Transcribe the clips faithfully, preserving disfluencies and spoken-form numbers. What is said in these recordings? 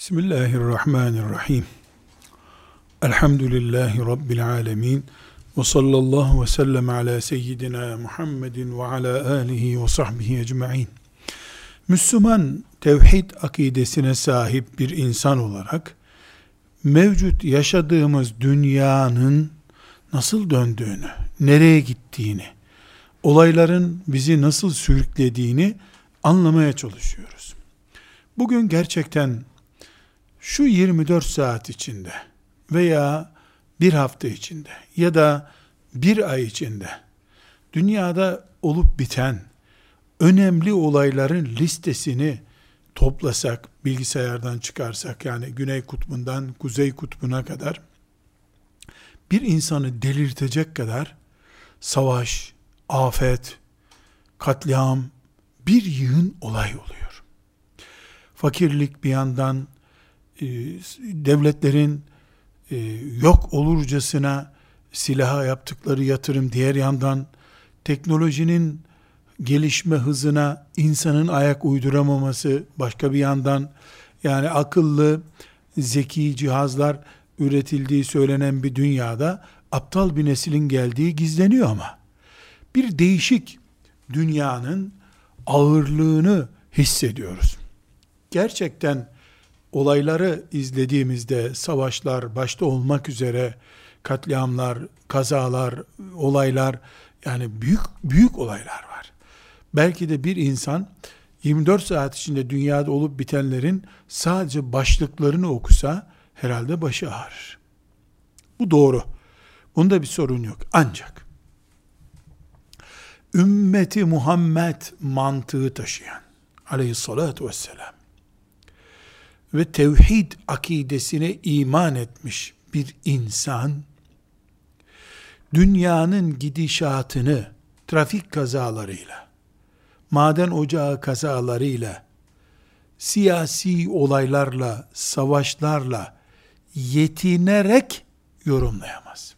Bismillahirrahmanirrahim. Elhamdülillahi Rabbil alemin. Ve sallallahu ve sellem ala seyyidina Muhammedin ve ala alihi ve sahbihi ecma'in. Müslüman tevhid akidesine sahip bir insan olarak mevcut yaşadığımız dünyanın nasıl döndüğünü, nereye gittiğini, olayların bizi nasıl sürüklediğini anlamaya çalışıyoruz. Bugün gerçekten şu yirmi dört saat içinde veya bir hafta içinde ya da bir ay içinde dünyada olup biten önemli olayların listesini toplasak, bilgisayardan çıkarsak, yani Güney Kutbu'ndan Kuzey Kutbu'na kadar bir insanı delirtecek kadar savaş, afet, katliam, bir yığın olay oluyor. Fakirlik bir yandan, devletlerin yok olurcasına silaha yaptıkları yatırım diğer yandan, teknolojinin gelişme hızına insanın ayak uyduramaması başka bir yandan, yani akıllı, zeki cihazlar üretildiği söylenen bir dünyada aptal bir neslin geldiği gizleniyor ama bir değişik dünyanın ağırlığını hissediyoruz. Gerçekten olayları izlediğimizde savaşlar başta olmak üzere katliamlar, kazalar, olaylar, yani büyük büyük olaylar var. Belki de bir insan yirmi dört saat içinde dünyada olup bitenlerin sadece başlıklarını okusa herhalde başı ağrır. Bu doğru. Bunda bir sorun yok. Ancak ümmeti Muhammed mantığı taşıyan aleyhissalatu vesselam ve tevhid akidesine iman etmiş bir insan, dünyanın gidişatını trafik kazalarıyla, maden ocağı kazalarıyla, siyasi olaylarla, savaşlarla yetinerek yorumlayamaz.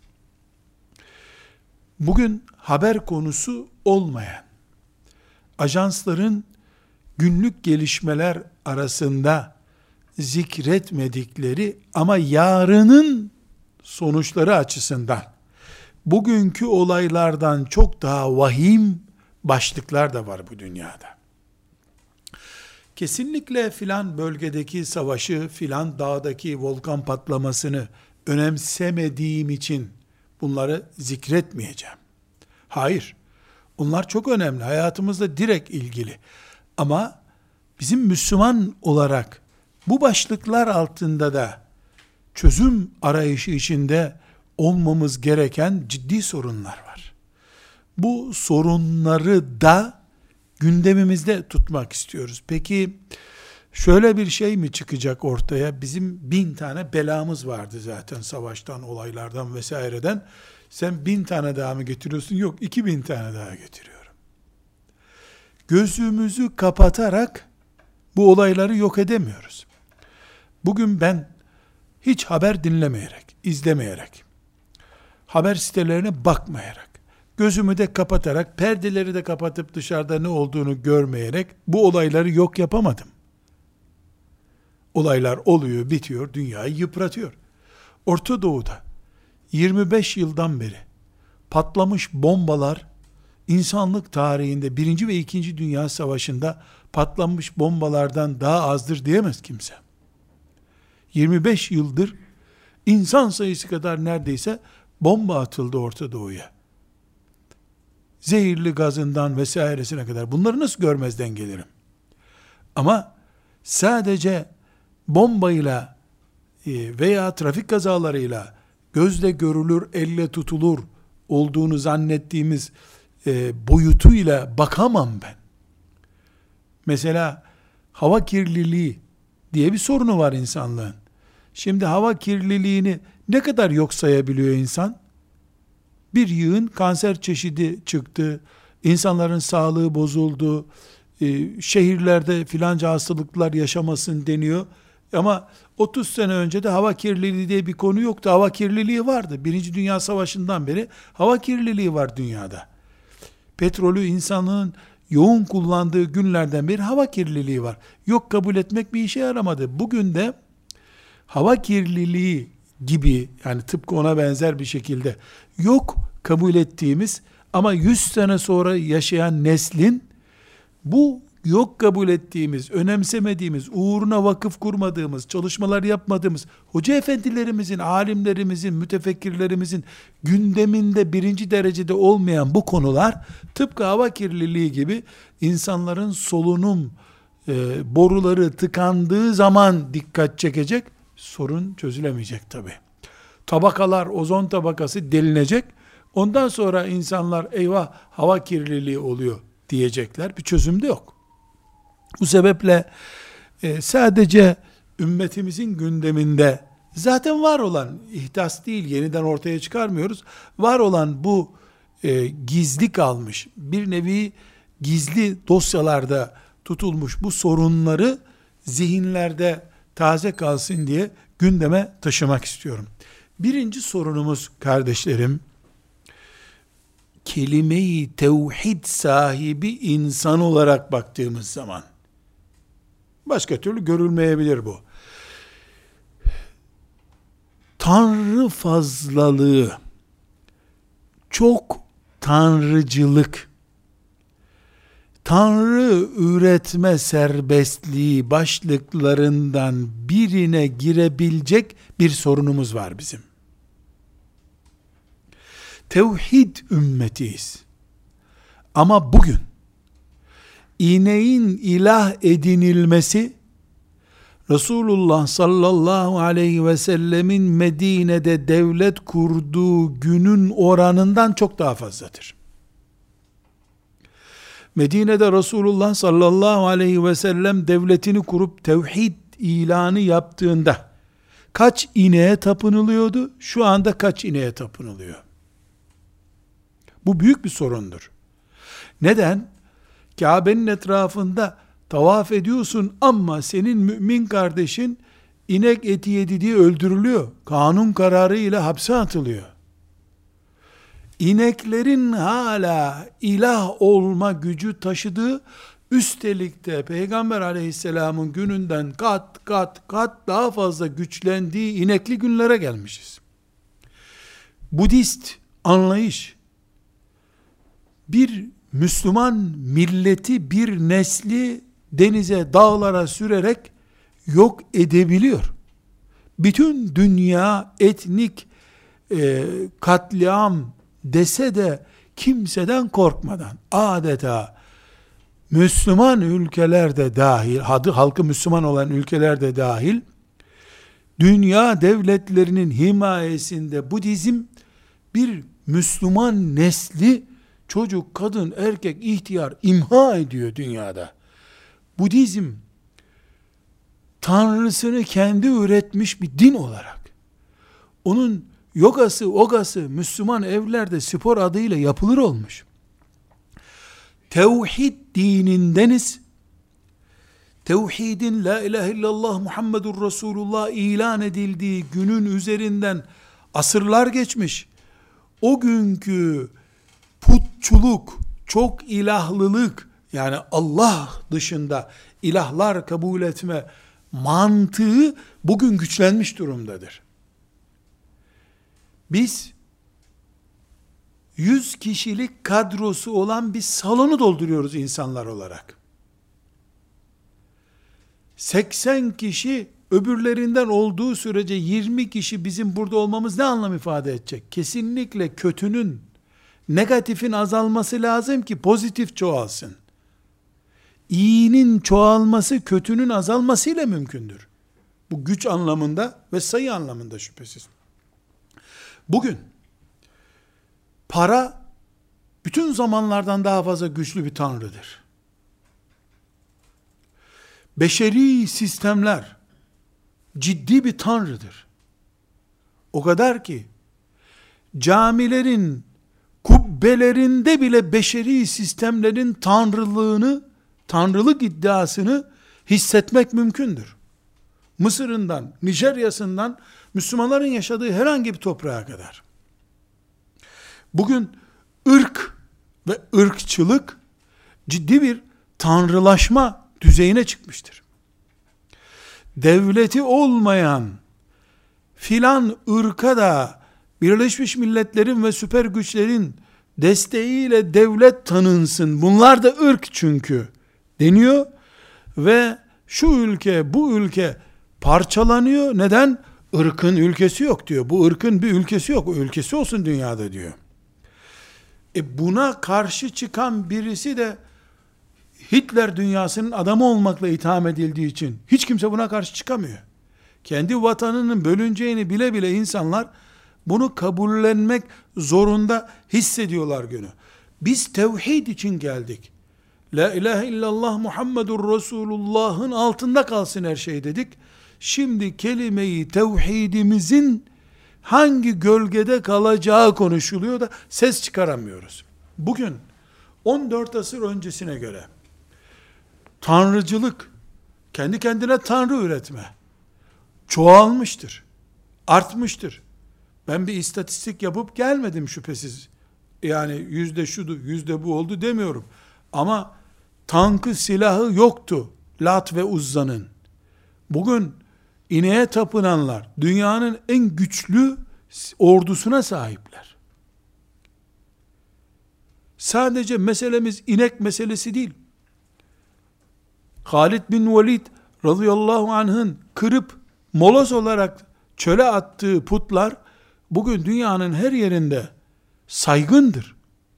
Bugün haber konusu olmayan, ajansların günlük gelişmeler arasında zikretmedikleri ama yarının sonuçları açısından bugünkü olaylardan çok daha vahim başlıklar da var bu dünyada. Kesinlikle filan bölgedeki savaşı, filan dağdaki volkan patlamasını önemsemediğim için bunları zikretmeyeceğim. Hayır, onlar çok önemli, hayatımızla direkt ilgili. Ama bizim Müslüman olarak bu başlıklar altında da çözüm arayışı içinde olmamız gereken ciddi sorunlar var. Bu sorunları da gündemimizde tutmak istiyoruz. Peki şöyle bir şey mi çıkacak ortaya? Bizim bin tane belamız vardı zaten savaştan, olaylardan vesaireden. Sen bin tane daha mı getiriyorsun? Yok, iki bin tane daha getiriyorum. Gözümüzü kapatarak bu olayları yok edemiyoruz. Bugün ben hiç haber dinlemeyerek, izlemeyerek, haber sitelerine bakmayarak, gözümü de kapatarak, perdeleri de kapatıp dışarıda ne olduğunu görmeyerek bu olayları yok yapamadım. Olaylar oluyor, bitiyor, dünyayı yıpratıyor. Orta Doğu'da yirmi beş yıldan beri patlamış bombalar, insanlık tarihinde birinci ve ikinci Dünya Savaşı'nda patlamış bombalardan daha azdır diyemez kimse. yirmi beş yıldır insan sayısı kadar neredeyse bomba atıldı Orta Doğu'ya. Zehirli gazından vesairesine kadar. Bunları nasıl görmezden gelirim? Ama sadece bombayla veya trafik kazalarıyla gözle görülür, elle tutulur olduğunu zannettiğimiz boyutuyla bakamam ben. Mesela hava kirliliği diye bir sorunu var insanlığın. Şimdi hava kirliliğini ne kadar yok sayabiliyor insan? Bir yığın kanser çeşidi çıktı, insanların sağlığı bozuldu, e, şehirlerde filanca hastalıklar yaşamasın deniyor. Ama otuz sene önce de hava kirliliği diye bir konu yoktu. Hava kirliliği vardı. Birinci Dünya Savaşı'ndan beri hava kirliliği var dünyada. Petrolü insanlığın yoğun kullandığı günlerden beri hava kirliliği var. Yok kabul etmek bir işe yaramadı. Bugün de hava kirliliği gibi, yani tıpkı ona benzer bir şekilde yok kabul ettiğimiz ama yüz sene sonra yaşayan neslin bu yok kabul ettiğimiz, önemsemediğimiz, uğruna vakıf kurmadığımız, çalışmalar yapmadığımız hoca efendilerimizin, alimlerimizin, mütefekkirlerimizin gündeminde birinci derecede olmayan bu konular tıpkı hava kirliliği gibi insanların solunum e, boruları tıkandığı zaman dikkat çekecek, sorun çözülemeyecek tabi. Tabakalar, ozon tabakası delinecek, ondan sonra insanlar eyvah hava kirliliği oluyor diyecekler. Bir çözüm de yok. Bu sebeple e, sadece ümmetimizin gündeminde zaten var olan, ihdas değil, yeniden ortaya çıkarmıyoruz, var olan bu e, gizli kalmış, bir nevi gizli dosyalarda tutulmuş bu sorunları zihinlerde taze kalsın diye gündeme taşımak istiyorum. Birinci sorunumuz kardeşlerim, kelime-i tevhid sahibi insan olarak baktığımız zaman, başka türlü görülmeyebilir bu. Tanrı fazlalığı, çok tanrıcılık, Tanrı üretme serbestliği başlıklarından birine girebilecek bir sorunumuz var bizim. Tevhid ümmetiyiz. Ama bugün ineğin ilah edinilmesi Resulullah sallallahu aleyhi ve sellemin Medine'de devlet kurduğu günün oranından çok daha fazladır. Medine'de Resulullah sallallahu aleyhi ve sellem devletini kurup tevhid ilanı yaptığında kaç ineğe tapınılıyordu? Şu anda kaç ineğe tapınılıyor? Bu büyük bir sorundur. Neden? Kabe'nin etrafında tavaf ediyorsun ama senin mümin kardeşin inek eti yedi diye öldürülüyor. Kanun kararıyla hapse atılıyor. İneklerin hala ilah olma gücü taşıdığı, üstelik de Peygamber aleyhisselamın gününden kat kat kat daha fazla güçlendiği inekli günlere gelmişiz. Budist anlayış, bir Müslüman milleti, bir nesli denize, dağlara sürerek yok edebiliyor. Bütün dünya etnik e, katliam dese de kimseden korkmadan, adeta Müslüman ülkelerde dahil, adı halkı Müslüman olan ülkelerde dahil, dünya devletlerinin himayesinde Budizm bir Müslüman nesli, çocuk, kadın, erkek, ihtiyar imha ediyor dünyada. Budizm tanrısını kendi üretmiş bir din olarak, onun yogası, ogası Müslüman evlerde spor adıyla yapılır olmuş. Tevhid dinindeniz. Tevhidin la ilahe illallah Muhammedur Resulullah ilan edildiği günün üzerinden asırlar geçmiş. O günkü putçuluk, çok ilahlılık, yani Allah dışında ilahlar kabul etme mantığı bugün güçlenmiş durumdadır. Biz yüz kişilik kadrosu olan bir salonu dolduruyoruz insanlar olarak. seksen kişi öbürlerinden olduğu sürece yirmi kişi bizim burada olmamız ne anlam ifade edecek? Kesinlikle kötünün, negatifin azalması lazım ki pozitif çoğalsın. İyinin çoğalması kötünün azalmasıyla mümkündür. Bu güç anlamında ve sayı anlamında şüphesiz. Bugün para bütün zamanlardan daha fazla güçlü bir tanrıdır. Beşeri sistemler ciddi bir tanrıdır. O kadar ki camilerin kubbelerinde bile beşeri sistemlerin tanrılığını, tanrılık iddiasını hissetmek mümkündür. Mısır'ından, Nijerya'sından Müslümanların yaşadığı herhangi bir toprağa kadar. Bugün ırk ve ırkçılık ciddi bir tanrılaşma düzeyine çıkmıştır. Devleti olmayan filan ırka da Birleşmiş Milletler'in ve süper güçlerin desteğiyle devlet tanınsın, bunlar da ırk çünkü deniyor ve şu ülke bu ülke parçalanıyor. Neden? Irkın ülkesi yok diyor. Bu ırkın bir ülkesi yok. O ülkesi olsun dünyada diyor. E buna karşı çıkan birisi de Hitler dünyasının adamı olmakla itham edildiği için hiç kimse buna karşı çıkamıyor. Kendi vatanının bölüneceğini bile bile insanlar bunu kabullenmek zorunda hissediyorlar günü. Biz tevhid için geldik. La ilahe illallah Muhammedur Resulullah'ın altında kalsın her şey dedik. Şimdi kelimeyi tevhidimizin hangi gölgede kalacağı konuşuluyor da ses çıkaramıyoruz. Bugün on dört asır öncesine göre tanrıcılık, kendi kendine tanrı üretme çoğalmıştır, artmıştır. Ben bir istatistik yapıp gelmedim şüphesiz. Yani yüzde şudu, yüzde bu oldu demiyorum. Ama tankı, silahı yoktu Lat ve Uzza'nın. Bugün ineğe tapınanlar dünyanın en güçlü ordusuna sahipler. Sadece meselemiz inek meselesi değil. Halid bin Velid radıyallahu anh'ın kırıp moloz olarak çöle attığı putlar bugün dünyanın her yerinde saygındır.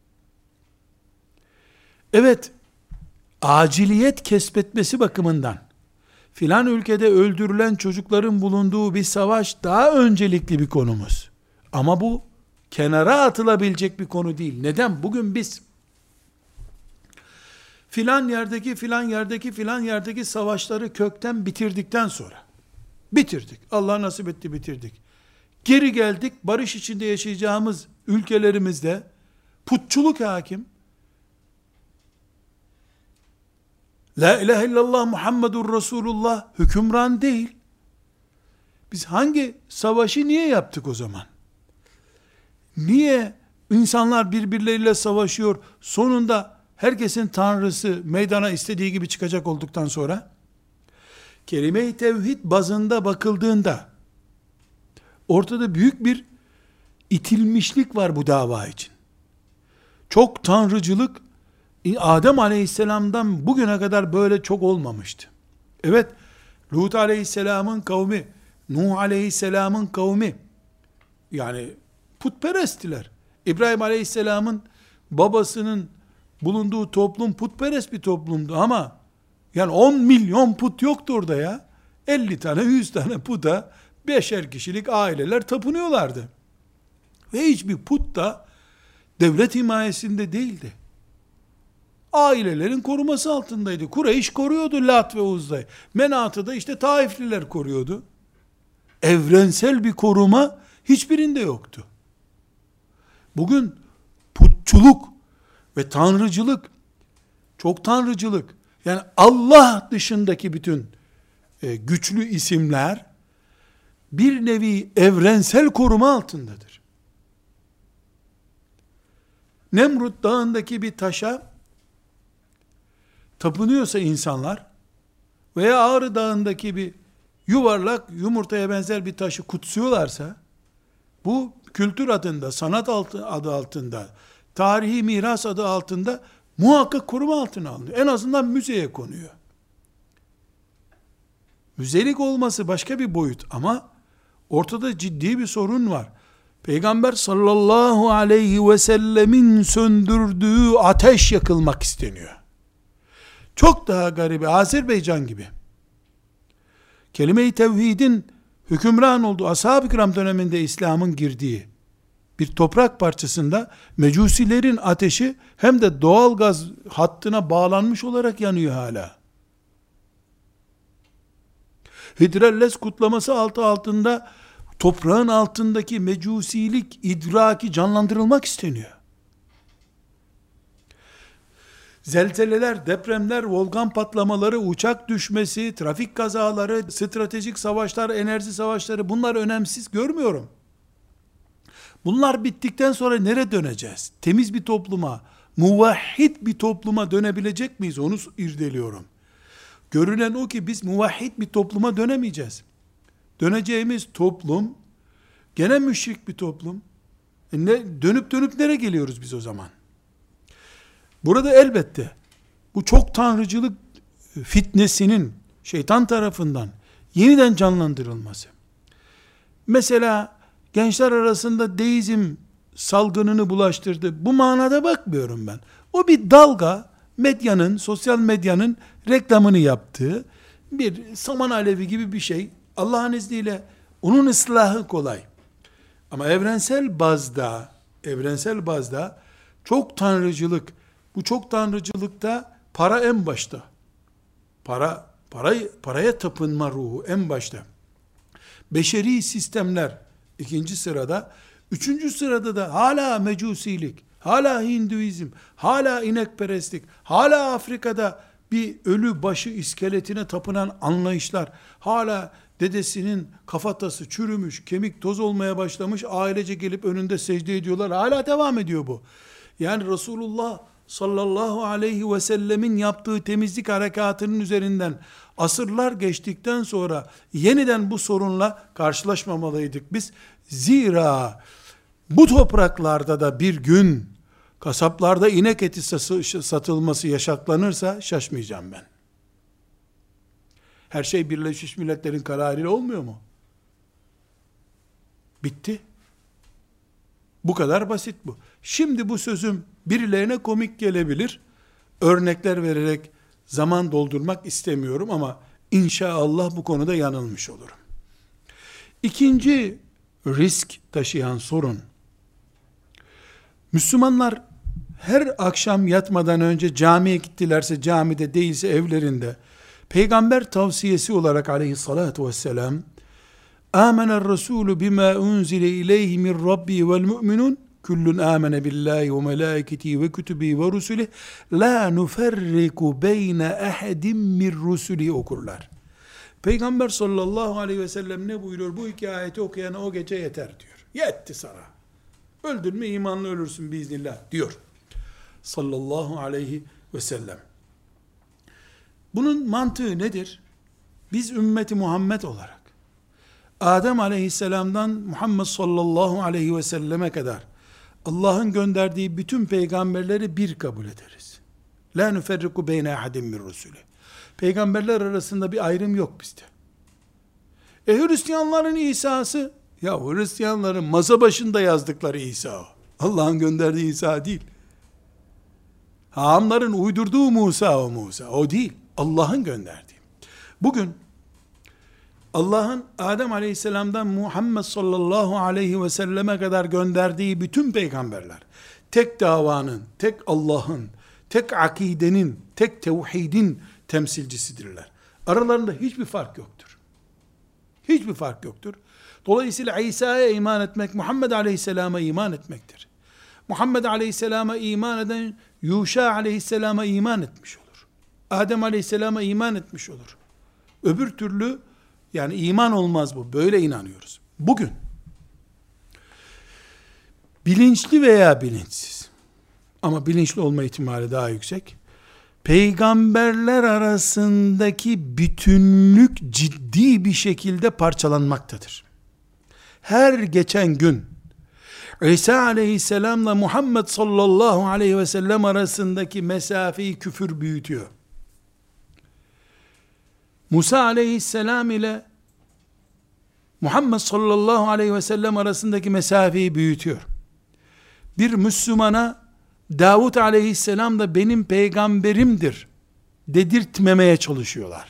Evet, aciliyet kesbetmesi bakımından filan ülkede öldürülen çocukların bulunduğu bir savaş daha öncelikli bir konumuz. Ama bu kenara atılabilecek bir konu değil. Neden? Bugün biz filan yerdeki filan yerdeki filan yerdeki savaşları kökten bitirdikten sonra bitirdik. Allah nasip etti bitirdik. Geri geldik, barış içinde yaşayacağımız ülkelerimizde putçuluk hakim. La ilahe illallah Muhammedur Resulullah hükümran değil. Biz hangi savaşı niye yaptık o zaman? Niye insanlar birbirleriyle savaşıyor, sonunda herkesin tanrısı meydana istediği gibi çıkacak olduktan sonra? Kelime-i tevhid bazında bakıldığında ortada büyük bir itilmişlik var bu dava için. Çok tanrıcılık Adem aleyhisselamdan bugüne kadar böyle çok olmamıştı. Evet, Lut aleyhisselamın kavmi, Nuh aleyhisselamın kavmi, yani putperesttiler. İbrahim aleyhisselamın babasının bulunduğu toplum putperest bir toplumdu ama yani on milyon put yoktu orada ya. elli tane, yüz tane puta beşer kişilik aileler tapınıyorlardı. Ve hiçbir put da devlet himayesinde değildi. Ailelerin koruması altındaydı. Kureyş koruyordu Lat ve Uzza'yı. Menat'ı da işte Taifliler koruyordu. Evrensel bir koruma hiçbirinde yoktu. Bugün putçuluk ve tanrıcılık, çok tanrıcılık, yani Allah dışındaki bütün e, güçlü isimler bir nevi evrensel koruma altındadır. Nemrut dağındaki bir taşa tapınıyorsa insanlar veya Ağrı dağındaki bir yuvarlak yumurtaya benzer bir taşı kutsuyorlarsa bu kültür adında, sanat adı altında, tarihi miras adı altında muhakkak koruma altına alınıyor. En azından müzeye konuyor. Müzelik olması başka bir boyut ama ortada ciddi bir sorun var. Peygamber sallallahu aleyhi ve sellemin söndürdüğü ateş yakılmak isteniyor. Çok daha garibi Azerbaycan gibi. Kelime-i tevhidin hükümran olduğu ashab-ı kiram döneminde İslam'ın girdiği bir toprak parçasında mecusilerin ateşi hem de doğal gaz hattına bağlanmış olarak yanıyor hala. Hidrellez kutlaması altı altında toprağın altındaki mecusilik idraki canlandırılmak isteniyor. Zelzeleler, depremler, volkan patlamaları, uçak düşmesi, trafik kazaları, stratejik savaşlar, enerji savaşları, bunlar önemsiz görmüyorum. Bunlar bittikten sonra nereye döneceğiz? Temiz bir topluma, muvahhid bir topluma dönebilecek miyiz? Onu irdeliyorum. Görünen o ki biz muvahhid bir topluma dönemeyeceğiz. Döneceğimiz toplum Gene müşrik bir toplum. E ne, dönüp dönüp nereye geliyoruz biz o zaman? Burada elbette bu çok tanrıcılık fitnesinin şeytan tarafından yeniden canlandırılması. Mesela gençler arasında deizm salgınını bulaştırdı. Bu manada bakmıyorum ben. O bir dalga, medyanın, sosyal medyanın reklamını yaptığı bir saman alevi gibi bir şey. Allah'ın izniyle onun ıslahı kolay. Ama evrensel bazda, evrensel bazda çok tanrıcılık, bu çok tanrıcılıkta para en başta. Para, parayı, paraya tapınma ruhu en başta. Beşeri sistemler ikinci sırada, üçüncü sırada da hala mecusilik, hala Hinduizm, hala inekperestlik, hala Afrika'da bir ölü başı iskeletine tapınan anlayışlar, hala dedesinin kafatası çürümüş, kemik toz olmaya başlamış, ailece gelip önünde secde ediyorlar, hala devam ediyor bu. Yani Resulullah sallallahu aleyhi ve sellemin yaptığı temizlik harekatının üzerinden asırlar geçtikten sonra yeniden bu sorunla karşılaşmamalıydık biz. Zira bu topraklarda da bir gün kasaplarda inek eti satılması yasaklanırsa şaşmayacağım ben. Her şey Birleşmiş Milletler'in kararıyla olmuyor mu? Bitti. Bu kadar basit bu. Şimdi bu sözüm birilerine komik gelebilir. Örnekler vererek zaman doldurmak istemiyorum ama inşallah bu konuda yanılmış olurum. İkinci risk taşıyan sorun, Müslümanlar her akşam yatmadan önce camiye gittilerse camide, değilse evlerinde, Peygamber tavsiyesi olarak aleyhissalatu vesselam, Âmener Resulü bimâ unzile ileyhi min Rabbi vel mu'minun, kullun âmene billahi ve melâiketihi ve kütübihi ve rusulih, la nuferriku beyne ahadim min rusulih okurlar. Peygamber sallallahu aleyhi ve sellem ne buyuruyor? Bu iki ayeti okuyana o gece yeter diyor. Yetti sana. Öldün mü imanla ölürsün biiznillah diyor. Sallallahu aleyhi ve sellem. Bunun mantığı nedir? Biz ümmeti Muhammed olarak Adem aleyhisselamdan Muhammed sallallahu aleyhi ve selleme kadar Allah'ın gönderdiği bütün peygamberleri bir kabul ederiz. La nuferriku beyne ahadim min rusuli. Peygamberler arasında bir ayrım yok bizde. E Hristiyanların İsa'sı, ya Hristiyanların masa başında yazdıkları İsa o. Allah'ın gönderdiği İsa değil. Haamların uydurduğu Musa o Musa. O değil. Allah'ın gönderdiği. Bugün Allah'ın Adem aleyhisselamdan Muhammed sallallahu aleyhi ve selleme kadar gönderdiği bütün peygamberler, tek davanın, tek Allah'ın, tek akidenin, tek tevhidin temsilcisidirler. Aralarında hiçbir fark yoktur. Hiçbir fark yoktur. Dolayısıyla İsa'ya iman etmek, Muhammed aleyhisselama iman etmektir. Muhammed aleyhisselama iman eden, Yuşa aleyhisselama iman etmiş olur. Adem aleyhisselama iman etmiş olur. Öbür türlü, yani iman olmaz bu. Böyle inanıyoruz. Bugün, bilinçli veya bilinçsiz, ama bilinçli olma ihtimali daha yüksek, peygamberler arasındaki bütünlük ciddi bir şekilde parçalanmaktadır. Her geçen gün İsa aleyhisselamla Muhammed sallallahu aleyhi ve sellem arasındaki mesafeyi küfür büyütüyor. Musa aleyhisselam ile Muhammed sallallahu aleyhi ve sellem arasındaki mesafeyi büyütüyor. Bir Müslümana Davut aleyhisselam da benim peygamberimdir dedirtmemeye çalışıyorlar.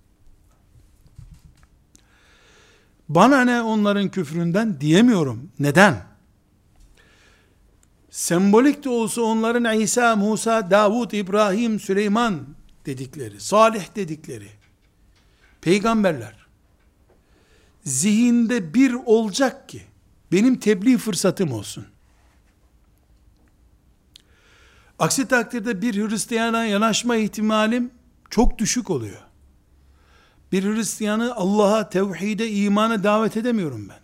Bana ne onların küfründen diyemiyorum. Neden? Sembolik de olsa onların İsa, Musa, Davut, İbrahim, Süleyman dedikleri, Salih dedikleri peygamberler zihinde bir olacak ki benim tebliğ fırsatım olsun. Aksi takdirde bir Hristiyana yanaşma ihtimalim çok düşük oluyor. Bir Hristiyanı Allah'a, tevhide, imana davet edemiyorum ben.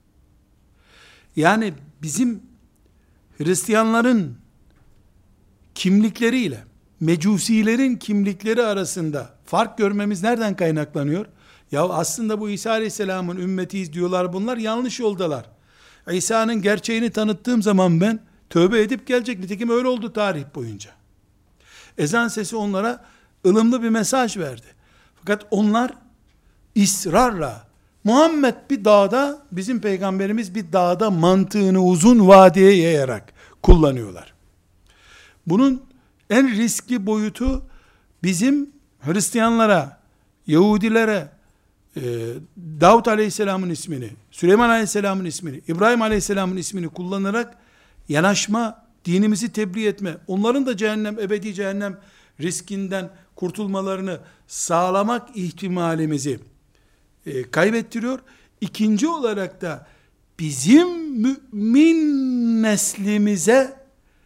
Yani bizim Hristiyanların kimlikleriyle Mecusilerin kimlikleri arasında fark görmemiz nereden kaynaklanıyor? Ya aslında bu İsa Aleyhisselam'ın ümmetiyiz diyorlar, bunlar yanlış yoldalar. İsa'nın gerçeğini tanıttığım zaman ben tövbe edip gelecek. Nitekim öyle oldu tarih boyunca. Ezan sesi onlara ılımlı bir mesaj verdi. Fakat onlar ısrarla Muhammed bir dağda, bizim peygamberimiz bir dağda mantığını uzun vadeye yayarak kullanıyorlar. Bunun en riskli boyutu bizim Hristiyanlara, Yahudilere, e, Davut Aleyhisselam'ın ismini, Süleyman Aleyhisselam'ın ismini, İbrahim Aleyhisselam'ın ismini kullanarak yanaşma, dinimizi tebliğ etme, onların da cehennem, ebedi cehennem riskinden kurtulmalarını sağlamak ihtimalimizi e, kaybettiriyor. İkinci olarak da bizim mümin neslimize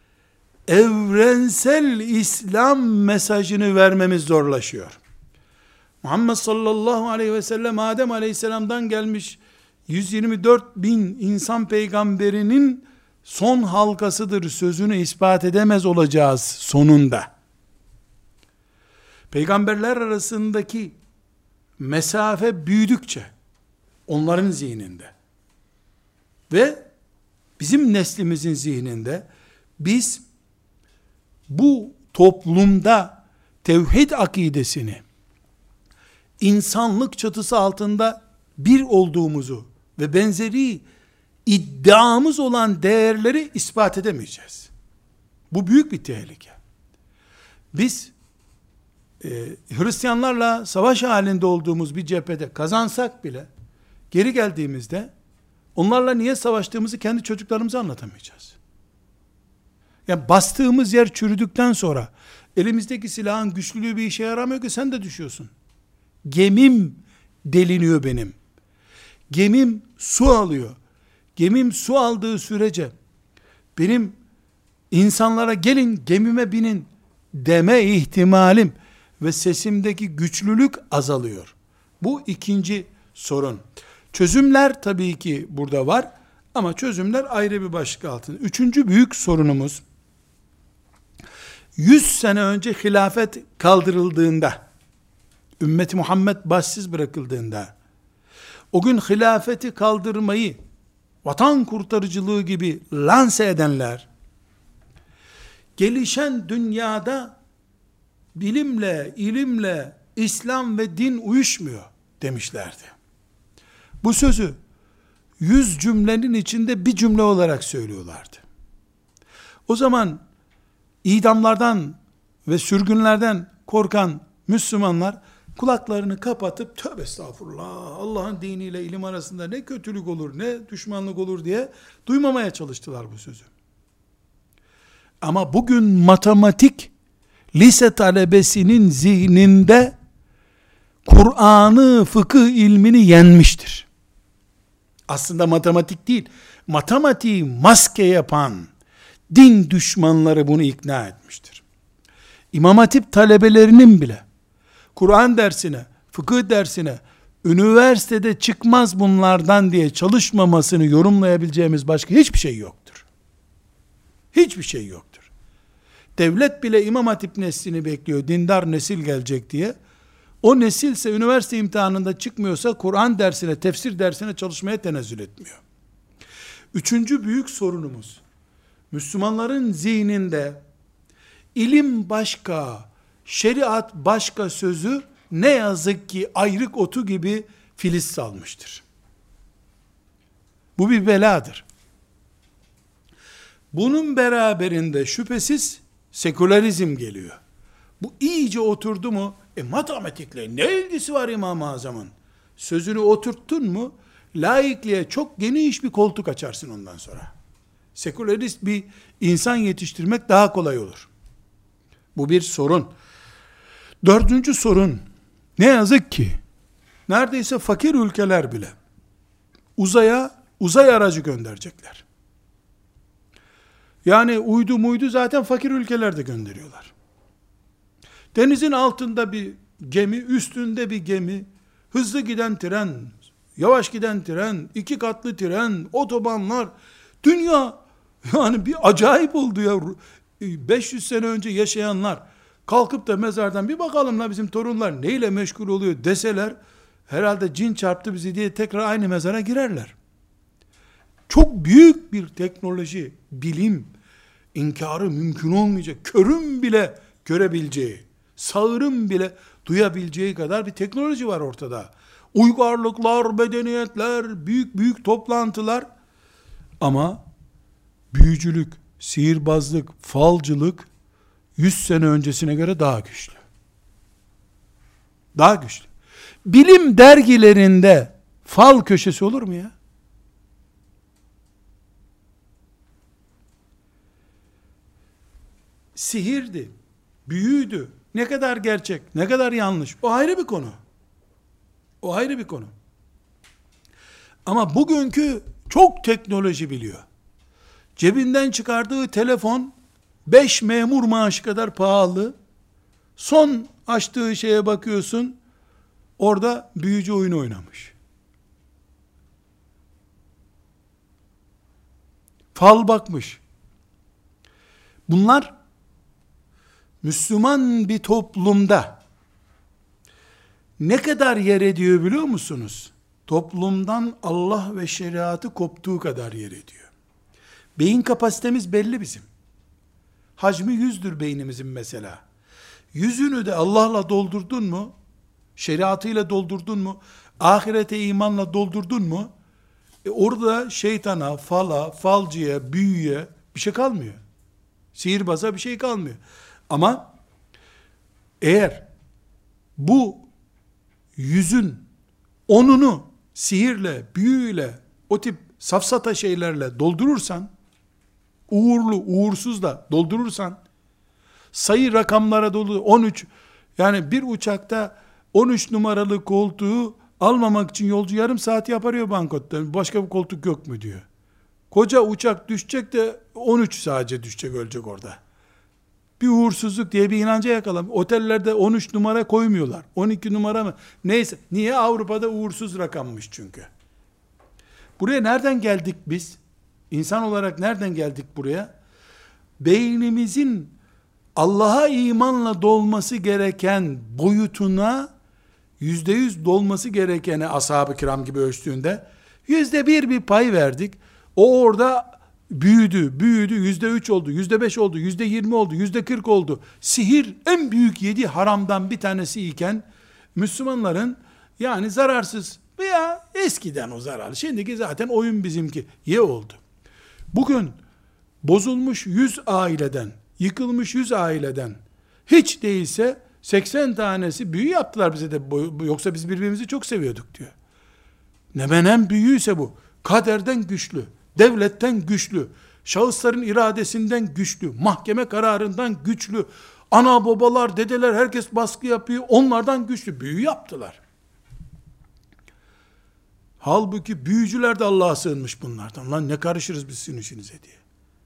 evrensel İslam mesajını vermemiz zorlaşıyor. Muhammed sallallahu aleyhi ve sellem Adem aleyhisselamdan gelmiş yüz yirmi dört bin insan peygamberinin son halkasıdır sözünü ispat edemez olacağız sonunda. Peygamberler arasındaki mesafe büyüdükçe onların zihninde ve bizim neslimizin zihninde biz bu toplumda tevhid akidesini insanlık çatısı altında bir olduğumuzu ve benzeri iddiamız olan değerleri ispat edemeyeceğiz. Bu büyük bir tehlike. Biz e, Hristiyanlarla savaş halinde olduğumuz bir cephede kazansak bile geri geldiğimizde onlarla niye savaştığımızı kendi çocuklarımıza anlatamayacağız. Yani bastığımız yer çürüdükten sonra elimizdeki silahın güçlülüğü bir işe yaramıyor ki sen de düşüyorsun. Gemim deliniyor benim. Gemim su alıyor. Gemim su aldığı sürece benim insanlara gelin gemime binin deme ihtimalim ve sesimdeki güçlülük azalıyor. Bu ikinci sorun. Çözümler tabii ki burada var ama çözümler ayrı bir başlık altında. Üçüncü büyük sorunumuz, yüz sene önce hilafet kaldırıldığında, ümmeti Muhammed başsız bırakıldığında, o gün hilafeti kaldırmayı vatan kurtarıcılığı gibi lanse edenler, gelişen dünyada bilimle, ilimle, İslam ve din uyuşmuyor demişlerdi. Bu sözü yüz cümlenin içinde bir cümle olarak söylüyorlardı. O zaman idamlardan ve sürgünlerden korkan Müslümanlar kulaklarını kapatıp tövbe estağfurullah, Allah'ın diniyle ilim arasında ne kötülük olur, ne düşmanlık olur diye duymamaya çalıştılar bu sözü. Ama bugün matematik lise talebesinin zihninde Kur'an'ı, fıkıh ilmini yenmiştir. Aslında matematik değil, matematiği maske yapan din düşmanları bunu ikna etmiştir. İmam Hatip talebelerinin bile Kur'an dersine, fıkıh dersine, üniversitede çıkmaz bunlardan diye çalışmamasını yorumlayabileceğimiz başka hiçbir şey yoktur. Hiçbir şey yoktur. Devlet bile İmam Hatip neslini bekliyor, dindar nesil gelecek diye. O nesilse üniversite imtihanında çıkmıyorsa Kur'an dersine, tefsir dersine çalışmaya tenezzül etmiyor. Üçüncü büyük sorunumuz, Müslümanların zihninde ilim başka, şeriat başka sözü ne yazık ki ayrık otu gibi filiz salmıştır. Bu bir beladır. Bunun beraberinde şüphesiz sekülerizm geliyor. Bu iyice oturdu mu, e matematikle ne ilgisi var İmam-ı Azam'ın? Sözünü oturttun mu, laikliğe çok geniş bir koltuk açarsın ondan sonra. Sekülerist bir insan yetiştirmek daha kolay olur. Bu bir sorun. Dördüncü sorun, ne yazık ki, neredeyse fakir ülkeler bile, uzaya, uzay aracı gönderecekler. Yani uydu muydu zaten fakir ülkelerde gönderiyorlar. Denizin altında bir gemi, üstünde bir gemi, hızlı giden tren, yavaş giden tren, iki katlı tren, otobanlar, dünya yani bir acayip oldu ya. beş yüz sene önce yaşayanlar kalkıp da mezardan bir bakalım la bizim torunlar neyle meşgul oluyor deseler, herhalde cin çarptı bizi diye tekrar aynı mezara girerler. Çok büyük bir teknoloji, bilim, inkarı mümkün olmayacak, körün bile görebileceği, sağırın bile duyabileceği kadar bir teknoloji var ortada. Uygarlıklar, medeniyetler, büyük büyük toplantılar, ama büyücülük, sihirbazlık, falcılık yüz sene öncesine göre daha güçlü. Daha güçlü. Bilim dergilerinde fal köşesi olur mu ya? Sihirdi, büyüydü. Ne kadar gerçek, ne kadar yanlış. O ayrı bir konu. O ayrı bir konu. Ama bugünkü çok teknoloji biliyor. Cebinden çıkardığı telefon beş memur maaşı kadar pahalı. Son açtığı şeye bakıyorsun, orada büyücü oyunu oynamış. Fal bakmış. Bunlar Müslüman bir toplumda ne kadar yer ediyor biliyor musunuz? Toplumdan Allah ve şeriatı koptuğu kadar yer ediyor. Beyin kapasitemiz belli bizim. Hacmi yüzdür beynimizin mesela. Yüzünü de Allah'la doldurdun mu, şeriatıyla doldurdun mu, ahirete imanla doldurdun mu, e orada şeytana, fala, falcıya, büyüye bir şey kalmıyor. Sihirbaza bir şey kalmıyor. Ama eğer bu yüzün onunu sihirle, büyüyle, o tip safsata şeylerle doldurursan, uğurlu, uğursuz da doldurursan, sayı rakamlara dolu, on üç, yani bir uçakta on üç numaralı koltuğu almamak için yolcu yarım saat yaparıyor bankotta. Başka bir koltuk yok mu diyor. Koca uçak düşecek de on üç sadece düşecek, ölecek orada. Bir uğursuzluk diye bir inanca yakalam. Otellerde on üç numara koymuyorlar. on iki numara mı? Neyse. Niye? Avrupa'da uğursuz rakammış çünkü. Buraya nereden geldik biz? İnsan olarak nereden geldik buraya? Beynimizin Allah'a imanla dolması gereken boyutuna yüzde yüz dolması gerekene ashab-ı kiram gibi ölçtüğünde yüzde bir bir pay verdik. O orada büyüdü, büyüdü, yüzde üç oldu, yüzde beş oldu, yüzde yirmi oldu, yüzde kırk oldu. Sihir en büyük yedi haramdan bir tanesi iken, Müslümanların yani zararsız veya eskiden o zararlı, şimdiki zaten oyun bizimki ye oldu. Bugün bozulmuş yüz aileden, yıkılmış yüz aileden, hiç değilse seksen tanesi büyü yaptılar bize de, yoksa biz birbirimizi çok seviyorduk diyor. Ne menem büyüyse bu, kaderden güçlü, devletten güçlü, şahısların iradesinden güçlü, mahkeme kararından güçlü, ana babalar, dedeler, herkes baskı yapıyor, onlardan güçlü büyü yaptılar. Halbuki büyücüler de Allah'a sığınmış bunlardan. Lan ne karışırız biz sizin işinize diye.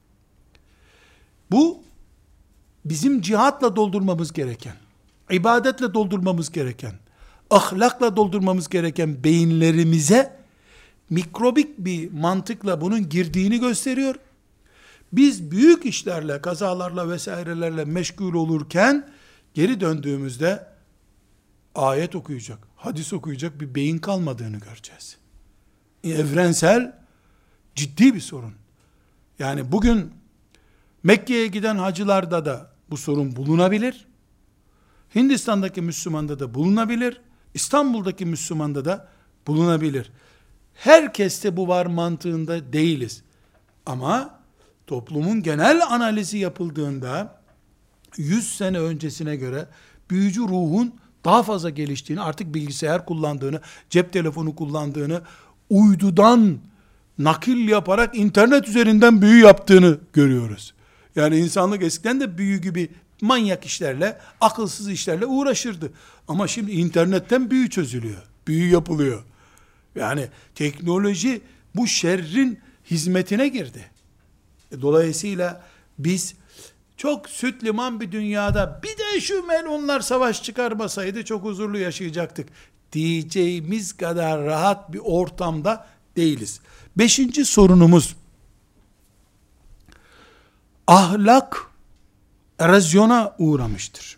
Bu bizim cihatla doldurmamız gereken, ibadetle doldurmamız gereken, ahlakla doldurmamız gereken beyinlerimize mikrobik bir mantıkla bunun girdiğini gösteriyor. Biz büyük işlerle, kazalarla vesairelerle meşgul olurken geri döndüğümüzde ayet okuyacak, hadis okuyacak bir beyin kalmadığını göreceğiz. Evrensel, ciddi bir sorun. Yani bugün Mekke'ye giden hacılarda da bu sorun bulunabilir. Hindistan'daki Müslümanda da bulunabilir. İstanbul'daki Müslümanda da bulunabilir. Herkeste bu var mantığında değiliz. Ama toplumun genel analizi yapıldığında yüz sene öncesine göre büyücü ruhun daha fazla geliştiğini, artık bilgisayar kullandığını, cep telefonu kullandığını, uydudan nakil yaparak internet üzerinden büyü yaptığını görüyoruz. Yani insanlık eskiden de büyü gibi manyak işlerle, akılsız işlerle uğraşırdı. Ama şimdi internetten büyü çözülüyor. Büyü yapılıyor. Yani teknoloji bu şerrin hizmetine girdi. Dolayısıyla biz çok süt liman bir dünyada bir de şu melunlar savaş çıkarmasaydı çok huzurlu yaşayacaktık diyeceğimiz kadar rahat bir ortamda değiliz. Beşinci sorunumuz, ahlak erozyona uğramıştır.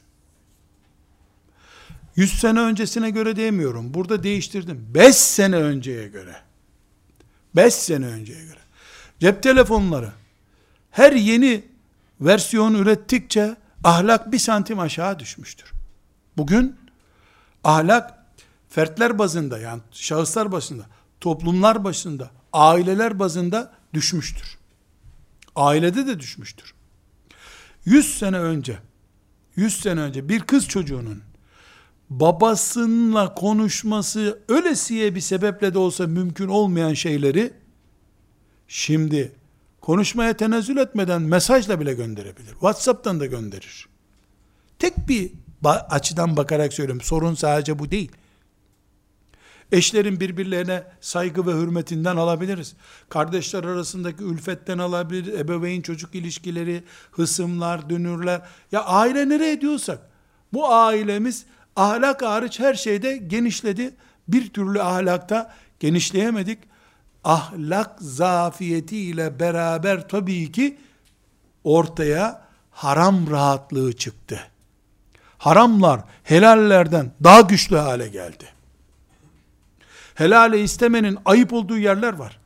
Yüz sene öncesine göre demiyorum. Burada değiştirdim. Beş sene önceye göre. Beş sene önceye göre. Cep telefonları her yeni versiyon ürettikçe ahlak bir santim aşağı düşmüştür. Bugün ahlak fertler bazında, yani şahıslar bazında, toplumlar bazında, aileler bazında düşmüştür. Ailede de düşmüştür. Yüz sene önce, yüz sene önce bir kız çocuğunun babasıyla konuşması ölesiye bir sebeple de olsa mümkün olmayan şeyleri şimdi konuşmaya tenezzül etmeden mesajla bile gönderebilir. WhatsApp'tan da gönderir. Tek bir açıdan bakarak söylüyorum. Sorun sadece bu değil. Eşlerin birbirlerine saygı ve hürmetinden alabiliriz. Kardeşler arasındaki ülfetten alabiliriz. Ebeveyn çocuk ilişkileri, hısımlar, dünürler. Ya aile nereye diyorsak, bu ailemiz ahlak hariç her şeyde genişledi. Bir türlü ahlakta genişleyemedik. Ahlak zafiyetiyle beraber tabii ki ortaya haram rahatlığı çıktı. Haramlar helallerden daha güçlü hale geldi. Helali istemenin ayıp olduğu yerler var.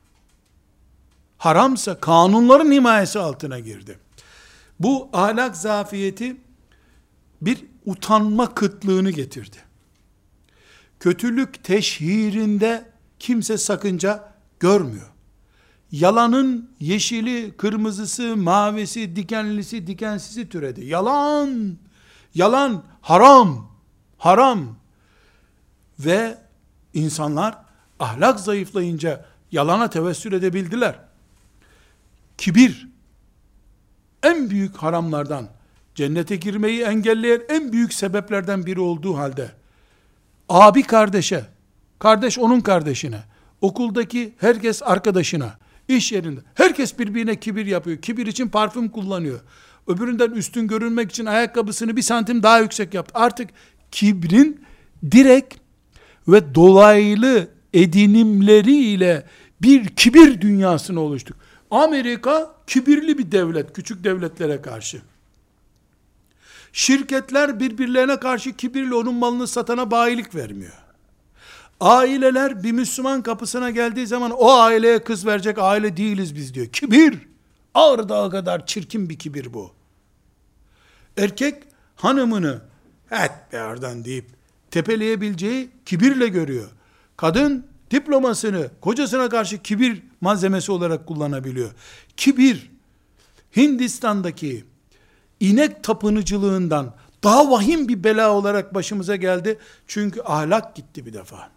Haramsa kanunların himayesi altına girdi. Bu ahlak zafiyeti bir utanma kıtlığını getirdi. Kötülük teşhirinde kimse sakınca görmüyor. Yalanın yeşili, kırmızısı, mavisi, dikenlisi, dikensizi türedi. Yalan, yalan, haram, haram. Ve insanlar ahlak zayıflayınca yalana tevessül edebildiler. Kibir, en büyük haramlardan, cennete girmeyi engelleyen en büyük sebeplerden biri olduğu halde, abi kardeşe, kardeş onun kardeşine, okuldaki herkes arkadaşına, iş yerinde, herkes birbirine kibir yapıyor. Kibir için parfüm kullanıyor. Öbüründen üstün görünmek için ayakkabısını bir santim daha yüksek yaptı. Artık kibrin direkt ve dolaylı edinimleriyle bir kibir dünyasına oluştuk. Amerika kibirli bir devlet, küçük devletlere karşı. Şirketler birbirlerine karşı kibirli onun malını satana bayilik vermiyor. Aileler bir Müslüman kapısına geldiği zaman o aileye kız verecek aile değiliz biz diyor. Kibir, Ağrı Dağı kadar çirkin bir kibir bu. Erkek hanımını et be oradan deyip tepeleyebileceği kibirle görüyor. Kadın diplomasını kocasına karşı kibir malzemesi olarak kullanabiliyor. Kibir, Hindistan'daki inek tapınıcılığından daha vahim bir bela olarak başımıza geldi. Çünkü ahlak gitti bir defa.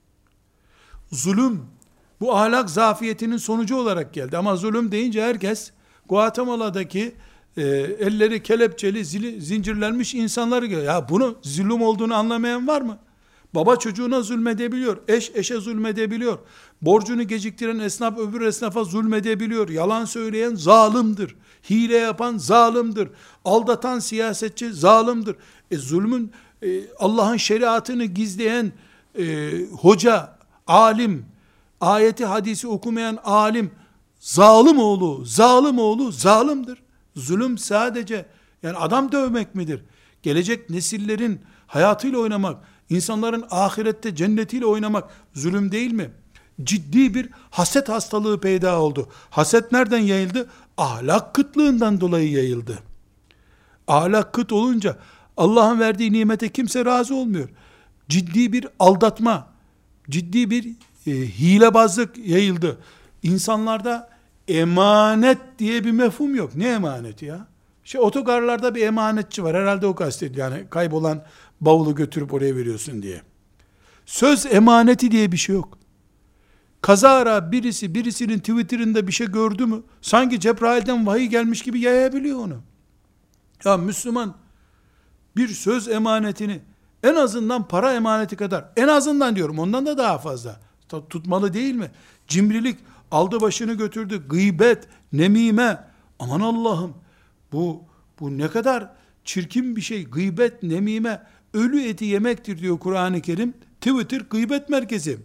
Zulüm, bu ahlak zafiyetinin sonucu olarak geldi. Ama zulüm deyince herkes, Guatemala'daki e, elleri kelepçeli, zili, zincirlenmiş insanları görüyor. Ya bunu zulüm olduğunu anlamayan var mı? Baba çocuğuna zulmedebiliyor, eş eşe zulmedebiliyor, borcunu geciktiren esnaf öbür esnafa zulmedebiliyor, yalan söyleyen zalimdir, hile yapan zalimdir, aldatan siyasetçi zalimdir. E zulmün, e, Allah'ın şeriatını gizleyen e, hoca, alim, ayeti hadisi okumayan alim, zalim oğlu, zalim oğlu zalimdir. Zulüm sadece, yani adam dövmek midir? Gelecek nesillerin hayatıyla oynamak, İnsanların ahirette cennetiyle oynamak zulüm değil mi? Ciddi bir haset hastalığı peyda oldu. Haset nereden yayıldı? Ahlak kıtlığından dolayı yayıldı. Ahlak kıt olunca Allah'ın verdiği nimete kimse razı olmuyor. Ciddi bir aldatma, ciddi bir e, hilebazlık yayıldı. İnsanlarda emanet diye bir mefhum yok. Ne emaneti ya? İşte otogarlarda bir emanetçi var. Herhalde o kastediyor. Yani kaybolan bavulu götürüp oraya veriyorsun diye. Söz emaneti diye bir şey yok. Kazara birisi birisinin Twitter'ında bir şey gördü mü, sanki Cebrail'den vahiy gelmiş gibi yayabiliyor onu. Ya Müslüman bir söz emanetini en azından para emaneti kadar, en azından diyorum ondan da daha fazla tutmalı değil mi? Cimrilik aldı başını götürdü. Gıybet, nemime, aman Allah'ım bu bu ne kadar çirkin bir şey. Gıybet, nemime, ölü eti yemektir diyor Kur'an-ı Kerim. Twitter gıybet merkezi.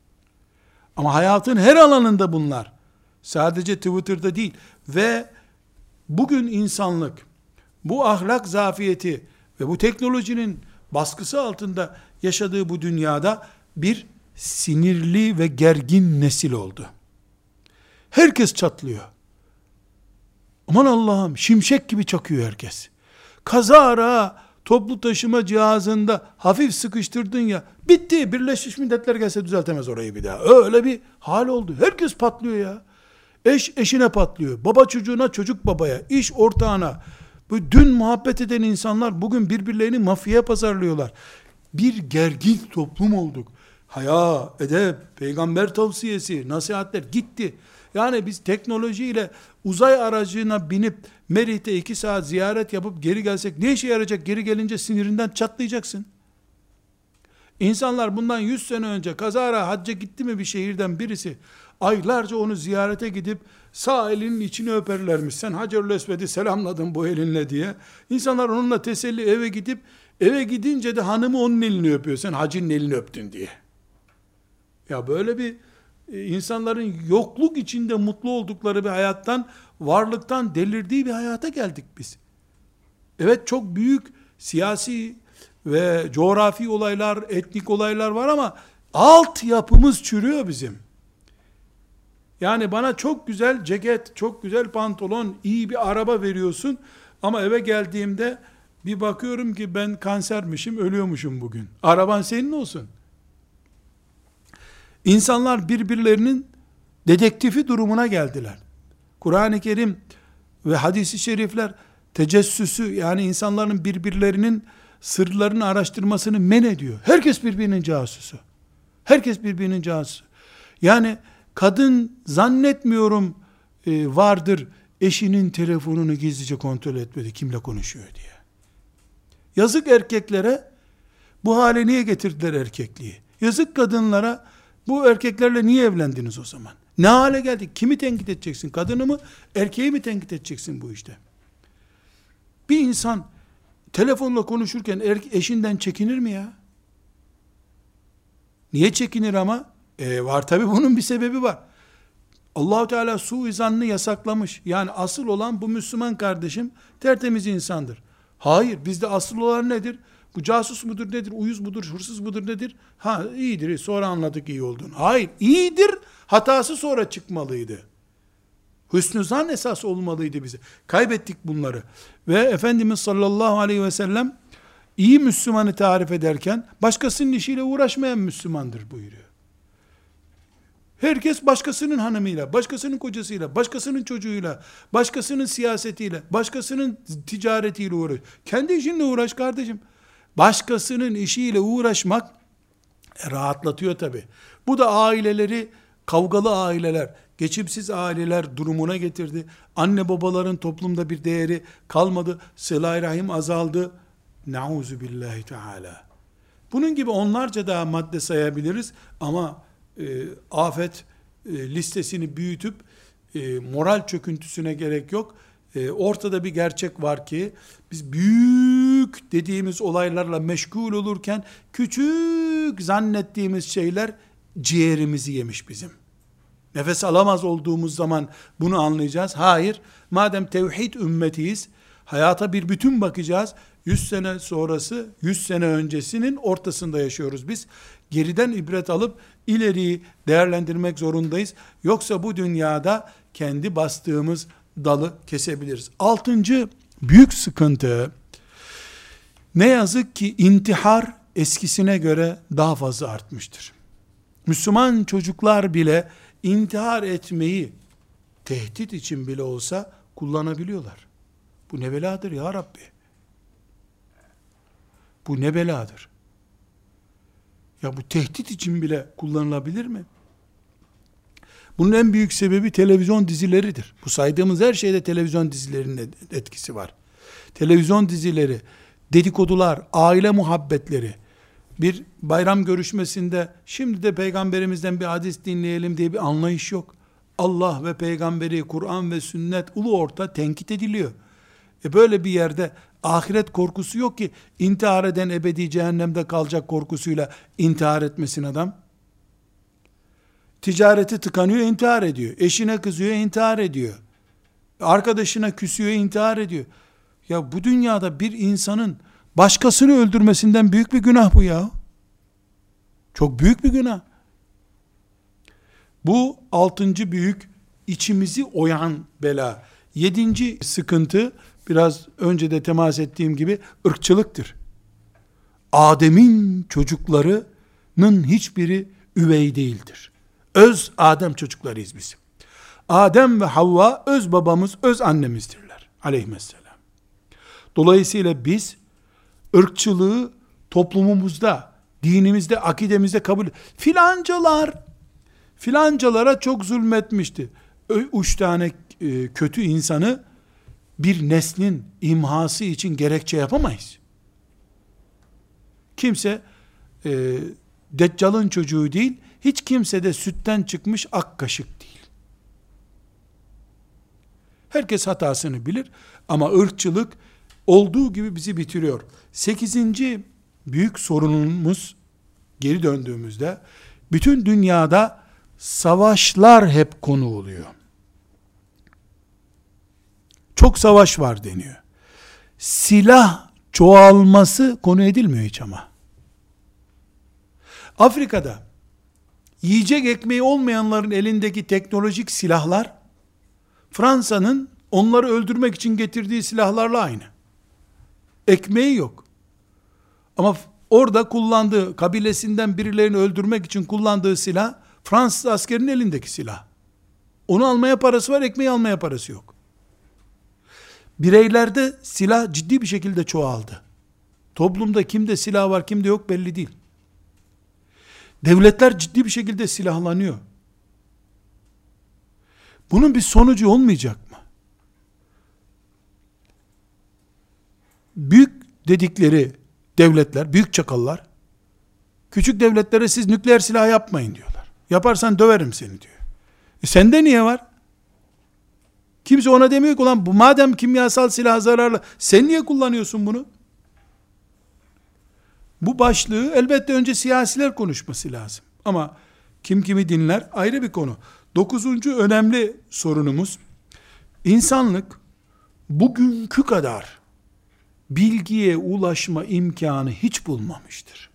Ama hayatın her alanında bunlar. Sadece Twitter'da değil. Ve bugün insanlık bu ahlak zafiyeti ve bu teknolojinin baskısı altında yaşadığı bu dünyada bir sinirli ve gergin nesil oldu. Herkes çatlıyor. Aman Allah'ım, şimşek gibi çakıyor herkes. Kazara toplu taşıma cihazında hafif sıkıştırdın ya, bitti. Birleşmiş Milletler gelse düzeltemez orayı bir daha. Öyle bir hal oldu. Herkes patlıyor ya. Eş eşine patlıyor. Baba çocuğuna, çocuk babaya, iş ortağına. Bu dün muhabbet eden insanlar bugün birbirlerini mafyaya pazarlıyorlar. Bir gergin toplum olduk. Haya, edep, peygamber tavsiyesi, nasihatler gitti. Yani biz teknolojiyle uzay aracına binip Merih'te iki saat ziyaret yapıp geri gelsek ne işe yarayacak? Geri gelince sinirinden çatlayacaksın. İnsanlar bundan yüz sene önce kazara hacca gitti mi bir şehirden birisi, aylarca onu ziyarete gidip sağ elinin içini öperlermiş. Sen Hacerül Esved'i selamladın bu elinle diye. İnsanlar onunla teselli eve gidip, eve gidince de hanımı onun elini öpüyor. Sen hacının elini öptün diye. Ya böyle bir insanların yokluk içinde mutlu oldukları bir hayattan, varlıktan delirdiği bir hayata geldik biz. Evet, çok büyük siyasi ve coğrafi olaylar, etnik olaylar var ama alt yapımız çürüyor bizim. Yani bana çok güzel ceket, çok güzel pantolon, iyi bir araba veriyorsun ama eve geldiğimde bir bakıyorum ki ben kansermişim, ölüyormuşum bugün. Araban senin olsun. İnsanlar birbirlerinin dedektifi durumuna geldiler. Kur'an-ı Kerim ve hadis-i şerifler tecessüsü, yani insanların birbirlerinin sırlarını araştırmasını men ediyor. Herkes birbirinin casusu. Herkes birbirinin casusu. Yani kadın zannetmiyorum e, vardır eşinin telefonunu gizlice kontrol etmedi, kimle konuşuyor diye. Yazık erkeklere, bu hale niye getirdiler erkekliği? Yazık kadınlara, bu erkeklerle niye evlendiniz o zaman? Ne hale geldik? Kimi tenkit edeceksin? Kadını mı, erkeği mi tenkit edeceksin bu işte? Bir insan telefonla konuşurken eşinden çekinir mi ya? Niye çekinir ama? E var tabi, bunun bir sebebi var. Allah-u Teala suizannı yasaklamış. Yani asıl olan bu Müslüman kardeşim tertemiz insandır. Hayır, bizde asıl olan nedir? Bu casus mudur nedir? Uyuz mudur? Hırsız mudur nedir? Ha iyidir, sonra anladık iyi olduğunu. Hayır, iyidir, hatası sonra çıkmalıydı. Hüsnü zan esas olmalıydı bize. Kaybettik bunları. Ve Efendimiz sallallahu aleyhi ve sellem iyi Müslümanı tarif ederken başkasının işiyle uğraşmayan Müslümandır buyuruyor. Herkes başkasının hanımıyla, başkasının kocasıyla, başkasının çocuğuyla, başkasının siyasetiyle, başkasının ticaretiyle uğraş. Kendi işinle uğraş kardeşim. Başkasının işiyle uğraşmak e, rahatlatıyor tabi. Bu da aileleri, kavgalı aileler, geçimsiz aileler durumuna getirdi. Anne babaların toplumda bir değeri kalmadı. Sıla-i rahim azaldı. Nauzu billahi teala. Bunun gibi onlarca daha madde sayabiliriz ama e, afet e, listesini büyütüp e, moral çöküntüsüne gerek yok. E, ortada bir gerçek var ki biz büyük dediğimiz olaylarla meşgul olurken küçük zannettiğimiz şeyler ciğerimizi yemiş bizim. Nefes alamaz olduğumuz zaman bunu anlayacağız. Hayır, madem tevhid ümmetiyiz, hayata bir bütün bakacağız. yüz sene sonrası, yüz sene öncesinin ortasında yaşıyoruz biz. Geriden ibret alıp ileriyi değerlendirmek zorundayız. Yoksa bu dünyada kendi bastığımız dalı kesebiliriz. Altıncı büyük sıkıntı, ne yazık ki intihar eskisine göre daha fazla artmıştır. Müslüman çocuklar bile intihar etmeyi tehdit için bile olsa kullanabiliyorlar. Bu ne beladır ya Rabbi? Bu ne beladır? Ya bu tehdit için bile kullanılabilir mi? Bunun en büyük sebebi televizyon dizileridir. Bu saydığımız her şeyde televizyon dizilerinin etkisi var. Televizyon dizileri, dedikodular, aile muhabbetleri, bir bayram görüşmesinde şimdi de peygamberimizden bir hadis dinleyelim diye bir anlayış yok. Allah ve peygamberi, Kur'an ve sünnet ulu orta tenkit ediliyor. E böyle bir yerde ahiret korkusu yok ki intihar eden ebedi cehennemde kalacak korkusuyla intihar etmesin adam. Ticareti tıkanıyor, intihar ediyor. Eşine kızıyor, intihar ediyor. Arkadaşına küsüyor, intihar ediyor. Ya bu dünyada bir insanın başkasını öldürmesinden büyük bir günah bu ya. Çok büyük bir günah. Bu altıncı büyük içimizi oyan bela. Yedinci sıkıntı, biraz önce de temas ettiğim gibi, ırkçılıktır. Adem'in çocuklarının hiçbiri üvey değildir. Öz Adem çocuklarıyız biz. Adem ve Havva öz babamız, öz annemizdirler aleyhisselam. Dolayısıyla biz ırkçılığı toplumumuzda, dinimizde, akidemizde kabul, filancalar filancalara çok zulmetmişti. Üç tane e, kötü insanı bir neslin imhası için gerekçe yapamayız. Kimse e, Deccal'ın çocuğu değil, hiç kimse de sütten çıkmış ak kaşık değil. Herkes hatasını bilir ama ırkçılık olduğu gibi bizi bitiriyor. Sekizinci büyük sorunumuz, geri döndüğümüzde, bütün dünyada savaşlar hep konu oluyor. Çok savaş var deniyor. Silah çoğalması konu edilmiyor hiç ama. Afrika'da yiyecek ekmeği olmayanların elindeki teknolojik silahlar, Fransa'nın onları öldürmek için getirdiği silahlarla aynı. Ekmeği yok. Ama orada kullandığı, kabilesinden birilerini öldürmek için kullandığı silah, Fransız askerinin elindeki silah. Onu almaya parası var, ekmeği almaya parası yok. Bireylerde silah ciddi bir şekilde çoğaldı. Toplumda kimde silah var, kimde yok belli değil. Devletler ciddi bir şekilde silahlanıyor. Bunun bir sonucu olmayacak mı? Büyük dedikleri devletler, büyük çakallar, küçük devletlere siz nükleer silah yapmayın diyorlar. Yaparsan döverim seni diyor. E sende niye var? Kimse ona demiyor ki, ulan bu madem kimyasal silah zararlı, sen niye kullanıyorsun bunu? Bu başlığı elbette önce siyasiler konuşması lazım. Ama kim kimi dinler ayrı bir konu. Dokuzuncu önemli sorunumuz, insanlık bugünkü kadar bilgiye ulaşma imkanı hiç bulmamıştır.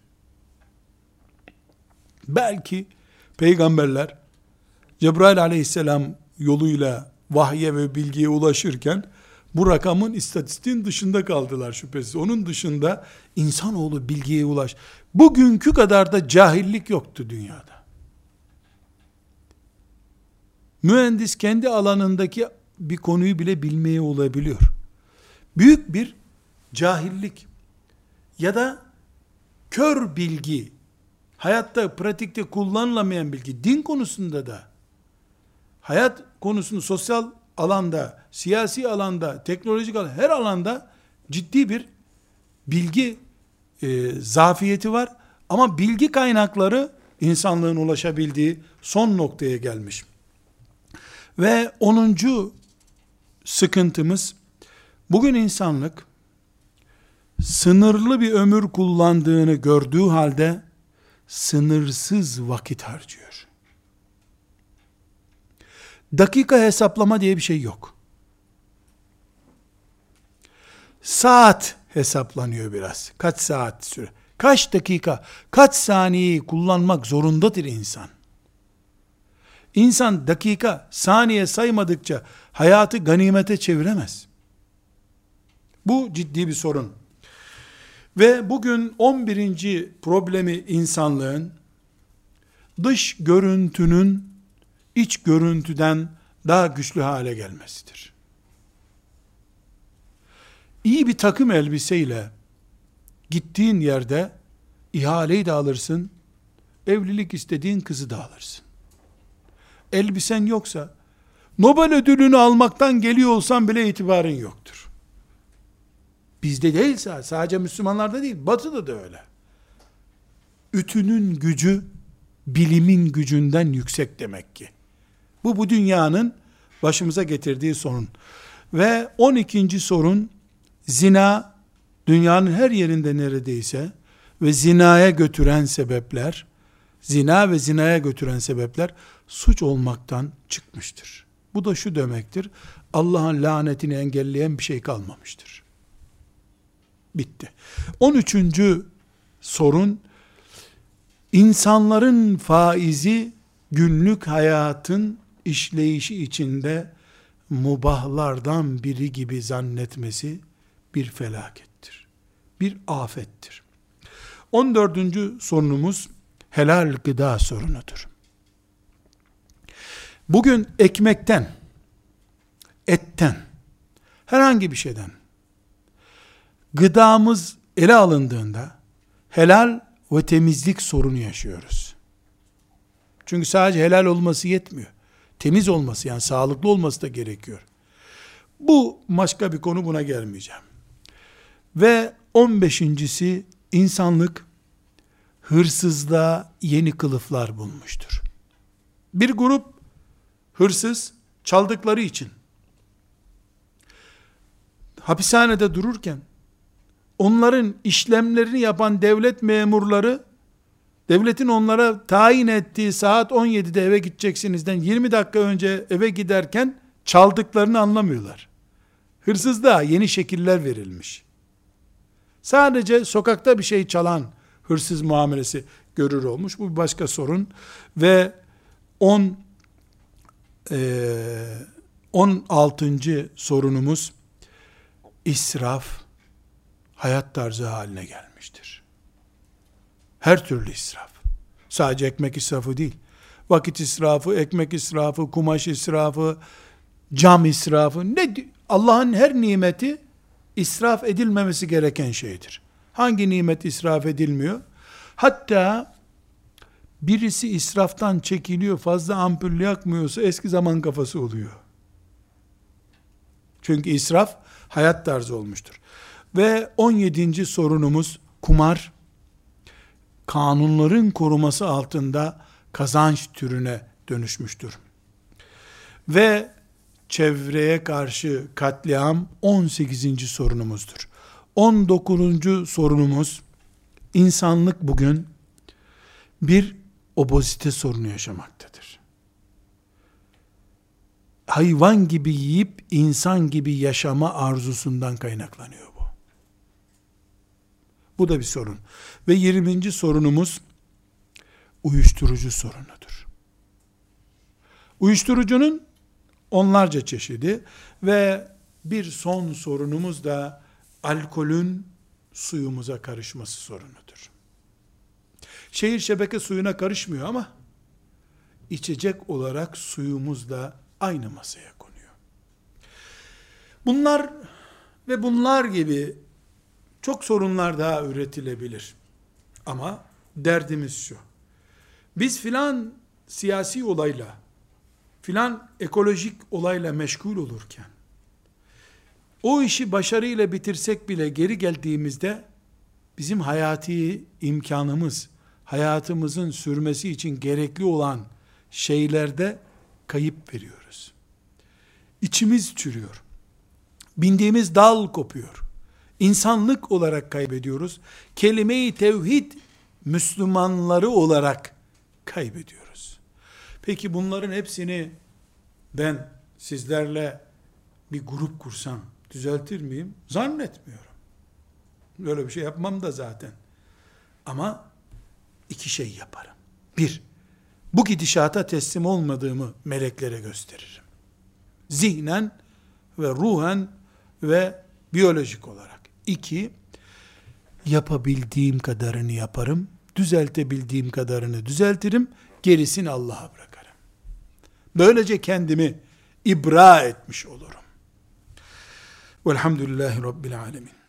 Belki peygamberler Cebrail aleyhisselam yoluyla vahye ve bilgiye ulaşırken bu rakamın, istatistiğin dışında kaldılar şüphesiz. Onun dışında insanoğlu bilgiye ulaş. Bugünkü kadar da cahillik yoktu dünyada. Mühendis kendi alanındaki bir konuyu bile bilmeye olabiliyor. Büyük bir cahillik ya da kör bilgi, hayatta, pratikte kullanılamayan bilgi, din konusunda da, hayat konusunu sosyal alanda, siyasi alanda, teknolojik alanda, her alanda ciddi bir bilgi e, zafiyeti var. Ama bilgi kaynakları insanlığın ulaşabildiği son noktaya gelmiş. Ve onuncu sıkıntımız, bugün insanlık sınırlı bir ömür kullandığını gördüğü halde sınırsız vakit harcıyor. Dakika hesaplama diye bir şey yok. Saat hesaplanıyor biraz. Kaç saat süre, kaç dakika, kaç saniyeyi kullanmak zorundadır insan. İnsan dakika, saniye saymadıkça hayatı ganimete çeviremez. Bu ciddi bir sorun. Ve bugün on birinci problemi insanlığın, dış görüntünün iç görüntüden daha güçlü hale gelmesidir. İyi bir takım elbiseyle gittiğin yerde ihaleyi de alırsın, evlilik istediğin kızı da alırsın. Elbisen yoksa, Nobel ödülünü almaktan geliyor olsan bile itibarın yoktur. Bizde değilse, sadece Müslümanlarda değil, Batı'da da öyle. Ütünün gücü, bilimin gücünden yüksek demek ki. Bu, bu dünyanın başımıza getirdiği sorun. Ve on ikinci sorun, zina, dünyanın her yerinde neredeyse, ve zinaya götüren sebepler, zina ve zinaya götüren sebepler, suç olmaktan çıkmıştır. Bu da şu demektir, Allah'ın lanetini engelleyen bir şey kalmamıştır. Bitti. on üçüncü sorun, insanların faizi günlük hayatın işleyişi içinde mubahlardan biri gibi zannetmesi bir felakettir. Bir afettir. on dördüncü sorunumuz helal gıda sorunudur. Bugün ekmekten, etten, herhangi bir şeyden gıdamız ele alındığında helal ve temizlik sorunu yaşıyoruz. Çünkü sadece helal olması yetmiyor. Temiz olması, yani sağlıklı olması da gerekiyor. Bu başka bir konu, buna gelmeyeceğim. Ve on beşincisi insanlık hırsızlığa yeni kılıflar bulmuştur. Bir grup hırsız çaldıkları için hapishanede dururken onların işlemlerini yapan devlet memurları, devletin onlara tayin ettiği saat on yedide eve gideceksinizden yirmi dakika önce eve giderken çaldıklarını anlamıyorlar. Hırsızlığa yeni şekiller verilmiş. Sadece sokakta bir şey çalan hırsız muamelesi görür olmuş. Bu bir başka sorun. Ve on on altıncı sorunumuz israf hayat tarzı haline gelmiştir. Her türlü israf. Sadece ekmek israfı değil. Vakit israfı, ekmek israfı, kumaş israfı, cam israfı. Ne? Allah'ın her nimeti israf edilmemesi gereken şeydir. Hangi nimet israf edilmiyor? Hatta birisi israftan çekiliyor, fazla ampul yakmıyorsa eski zaman kafası oluyor. Çünkü israf hayat tarzı olmuştur. Ve on yedinci sorunumuz kumar, kanunların koruması altında kazanç türüne dönüşmüştür. Ve çevreye karşı katliam on sekizinci sorunumuzdur. on dokuzuncu sorunumuz, insanlık bugün bir obezite sorunu yaşamaktadır. Hayvan gibi yiyip insan gibi yaşama arzusundan kaynaklanıyor bu. Bu da bir sorun. Ve yirminci sorunumuz uyuşturucu sorunudur. Uyuşturucunun onlarca çeşidi ve bir son sorunumuz da alkolün suyumuza karışması sorunudur. Şehir şebeke suyuna karışmıyor ama içecek olarak suyumuz da aynı masaya konuyor. Bunlar ve bunlar gibi çok sorunlar daha üretilebilir. Ama derdimiz şu: biz filan siyasi olayla, filan ekolojik olayla meşgul olurken, o işi başarıyla bitirsek bile geri geldiğimizde bizim hayati imkanımız, hayatımızın sürmesi için gerekli olan şeylerde kayıp veriyoruz. İçimiz çürüyor. Bindiğimiz dal kopuyor. İnsanlık olarak kaybediyoruz. Kelime-i tevhid Müslümanları olarak kaybediyoruz. Peki bunların hepsini ben sizlerle bir grup kursam düzeltir miyim? Zannetmiyorum. Böyle bir şey yapmam da zaten. Ama iki şey yaparım. Bir, bu gidişata teslim olmadığımı meleklere gösteririm. Zihnen ve ruhen ve biyolojik olarak. İki, yapabildiğim kadarını yaparım, düzeltebildiğim kadarını düzeltirim, gerisini Allah'a bırakırım. Böylece kendimi ibra etmiş olurum. Velhamdülillahi Rabbil alemin.